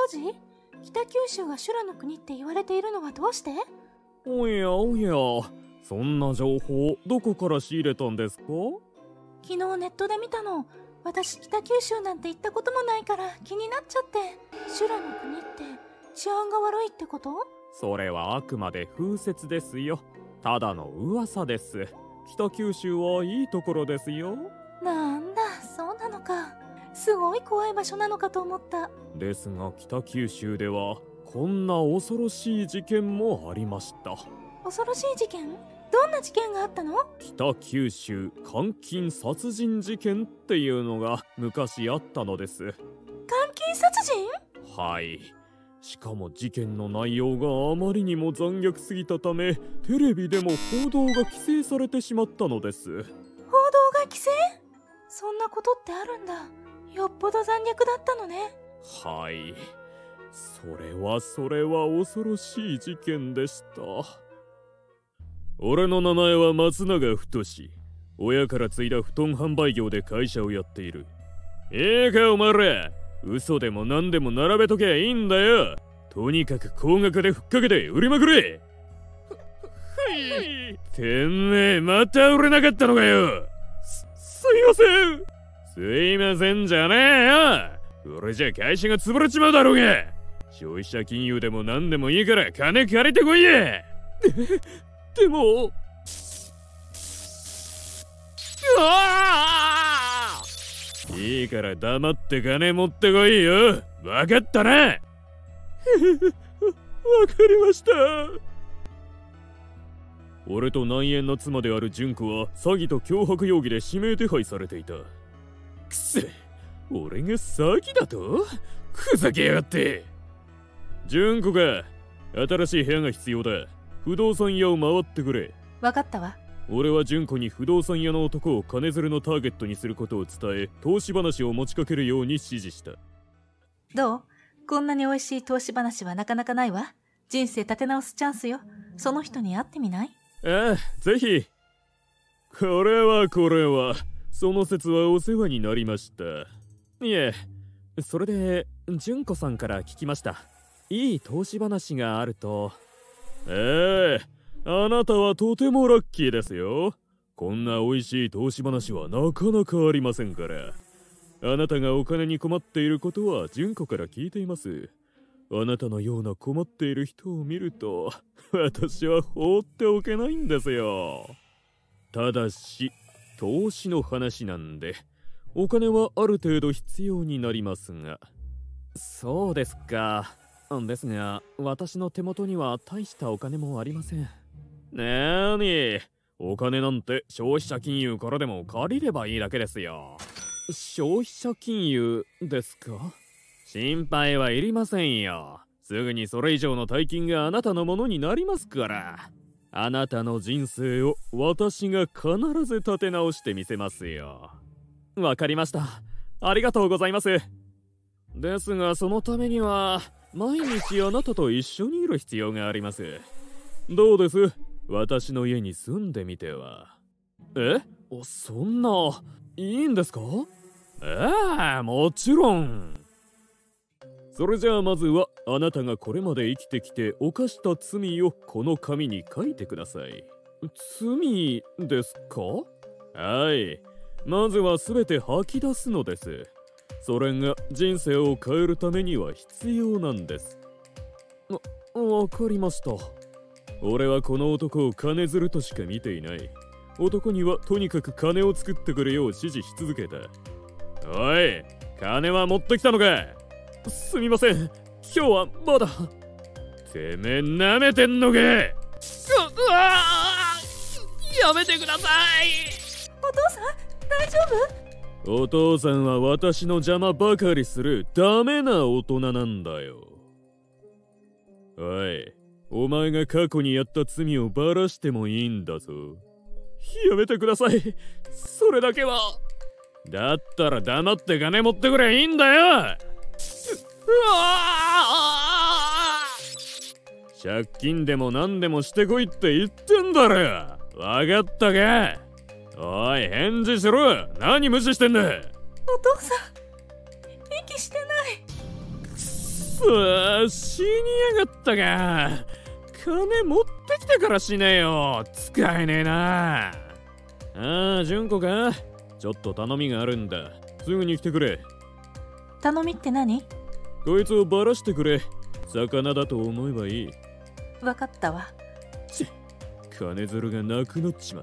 事？北九州が修羅の国って言われているのはどうして？ おやおや、そんな情報どこから仕入れたんですか？ 昨日ネットで見たの。私北九州なんて行ったこともないから気になっちゃって。修羅の国って治安が悪いってこと？ それはあくまで風説ですよ。ただの噂です。北九州はいいところですよ。 なんだ、そうなのか。すごい怖い場所なのかと思った。 ですが北九州ではこんな恐ろしい事件もありました。 恐ろしい事件？どんな事件があったの？ 北九州監禁殺人事件っていうのが昔あったのです。 監禁殺人？ はい。しかも事件の内容があまりにも残虐すぎたため、テレビでも報道が規制されてしまったのです。 報道が規制？そんなことってあるんだ。よっぽど残虐だったのね。 はい。それは恐ろしい事件でした。俺の名前は松永太。親から継いだ布団販売業で会社をやっている。いいかお前ら、嘘でも何でも並べときゃいいんだよ。とにかく高額でふっかけて売りまくれ。はい。てめえまた売れなかったのかよ。すいません。すいませんじゃねえよ。これじゃ会社が潰れちまうだろうが。消費者金融でも何でもいいから金借りてこいや。でもいいから黙って金持ってこいよ。わかったな。わかりました。俺と内縁の妻である純子は詐欺と脅迫容疑で指名手配されていた。くせ、俺が詐欺だと？ふざけやがって。純子が新しい部屋が必要だ。不動産屋を回ってくれ。 わかったわ。 俺は純子に不動産屋の男を金づるのターゲットにすることを伝え、投資話を持ちかけるように指示した。 どう？こんなに美味しい投資話はなかなかないわ。人生立て直すチャンスよ。その人に会ってみない？ ああ、ぜひ。これはその説はお世話になりました。いえ、それで純子さんから聞きました。いい投資話があると。あなたはとてもラッキーですよ。こんな美味しい投資話はなかなかありませんから。あなたがお金に困っていることは純子から聞いています。あなたのような困っている人を見ると私は放っておけないんですよ。ただし投資の話なんでお金はある程度必要になりますが。そうですか。ですが私の手元には大したお金もありません。なに、お金なんて消費者金融からでも借りればいいだけですよ。消費者金融ですか？心配はいりませんよ。すぐにそれ以上の大金があなたのものになりますから。あなたの人生を私が必ず立て直してみせますよ。わかりました。ありがとうございます。ですがそのためには毎日あなたと一緒にいる必要があります。どうです？私の家に住んでみては。そんな、いいんですか？もちろん。それじゃあまずはあなたがこれまで生きてきて犯した罪をこの紙に書いてください。罪ですか？はい。まずは全て吐き出すのです。それが人生を変えるためには必要なんです。わかりました。俺はこの男を金づるとしか見ていない。男にはとにかく金を作ってくるよう指示し続けた。おい、金は持ってきたのか？すみません、今日はまだ。てめえ舐めてんのか？やめてください。 お父さん、大丈夫？ お父さんは私の邪魔ばかりするダメな大人なんだよ。おい、お前が過去にやった罪をばらしてもいいんだぞ。やめてください。それだけは。だったら黙って金持ってくりゃいいんだよ。借金でも何でもしてこいって言ってんだろ。わかったか？おい、返事しろ。何無視してんだ。 お父さん、息してない。 死にやがったが。金持ってきてからしねえよ。使えねえな。ああ、純子か。ちょっと頼みがあるんだ。すぐに来てくれ。 頼みって何？ こいつをバラしてくれ。魚だと思えばいい。 わかったわ。 金づるがなくなっちまった。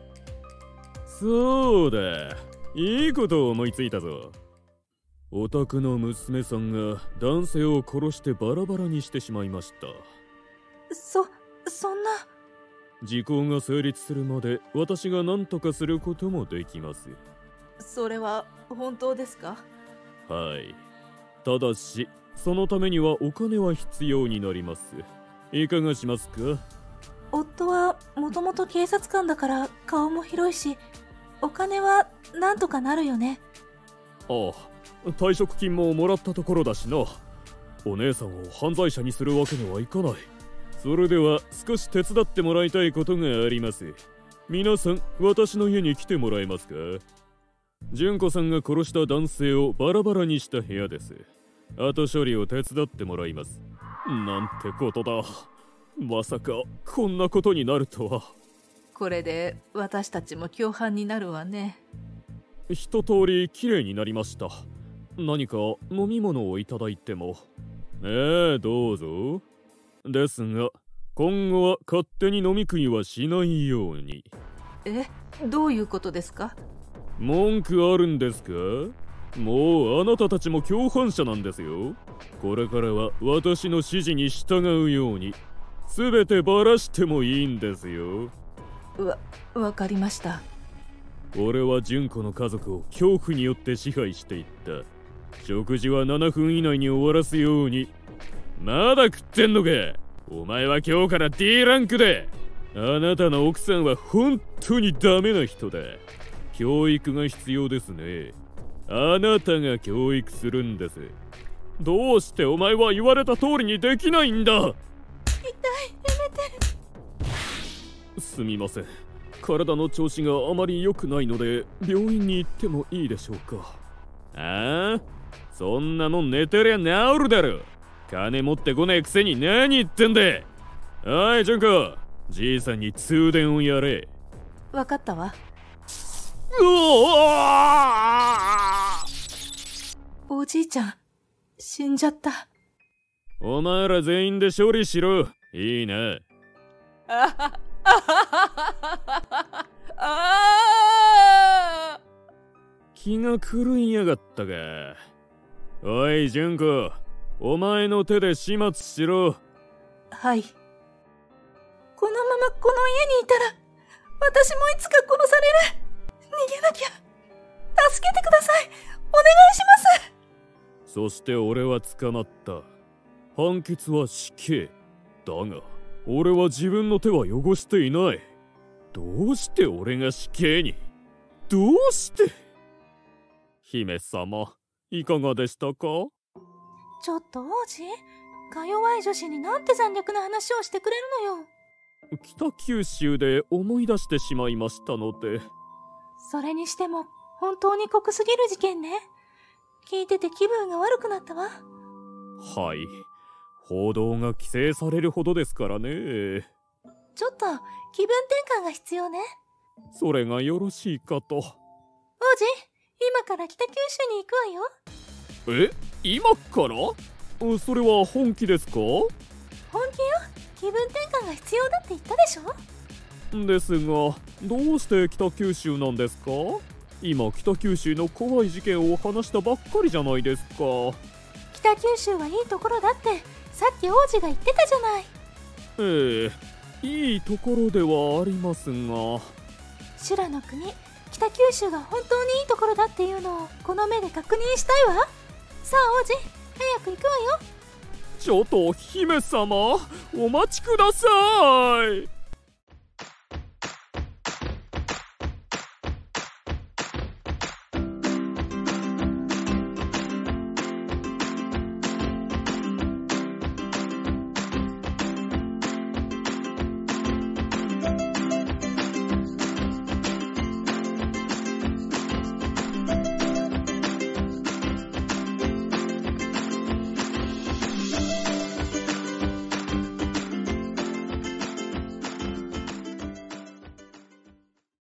そうだ、いいことを思いついたぞ。お宅の娘さんが男性を殺してバラバラにしてしまいました。 そんな。 時効が成立するまで私が何とかすることもできます。 それは本当ですか？ はい。ただしそのためにはお金は必要になります。いかがしますか？ 夫はもともと警察官だから顔も広いし、お金はなんとかなるよね。 ああ、退職金ももらったところだしな。お姉さんを犯罪者にするわけにはいかない。それでは少し手伝ってもらいたいことがあります。皆さん、私の家に来てもらえますか？純子さんが殺した男性をバラバラにした部屋です。後処理を手伝ってもらいます。なんてことだ。まさかこんなことになるとは。 これで私たちも共犯になるわね。 一通りきれいになりました。何か飲み物をいただいても。どうぞ。ですが今後は勝手に飲み食いはしないように。 どういうことですか？ 文句あるんですか？もうあなたたちも共犯者なんですよ。これからは私の指示に従うように。すべてバラしてもいいんですよ。 わかりました。 俺は純子の家族を恐怖によって支配していった。食事は7分以内に終わらすように。まだ食ってんのか？お前は今日から D ランクで。あなたの奥さんは本当にダメな人だ。教育が必要ですね。あなたが教育するんです。どうしてお前は言われた通りにできないんだ？ 痛い、やめて。 すみません。体の調子があまり良くないので病院に行ってもいいでしょうか？ああ、そんなもん寝てりゃ治るだろ。金持ってこねえくせに何言ってんだ。おい純子、じいさんに通電をやれ。 わかったわ。おじいちゃん死んじゃった。 お前ら全員で処理しろ。いいな。気が狂いやがったか。おい純子、お前の手で始末しろ。 はい。このままこの家にいたら私もいつか殺される。逃げなきゃ。助けてください。お願いします。 そして俺は捕まった。判決は死刑だが、俺は自分の手は汚していない。どうして俺が死刑に？どうして？姫様、いかがでしたか？ ちょっと王子、か弱い女子になんて残虐な話をしてくれるのよ。 北九州で思い出してしまいましたので。 それにしても本当に濃すぎる事件ね。聞いてて気分が悪くなったわ。 はい、報道が規制されるほどですからね。 ちょっと気分転換が必要ね。 それがよろしいかと。 王子、今から北九州に行くわよ。 今から？それは本気ですか？ 本気よ。気分転換が必要だって言ったでしょ。 ですが、どうして北九州なんですか？今北九州の怖い事件を話したばっかりじゃないですか。 北九州はいいところだってさっき王子が言ってたじゃない。 いいところではありますが、 修羅の国北九州が本当にいいところだっていうのをこの目で確認したいわ。さあ王子、早く行くわよ。 ちょっと姫様、お待ちください。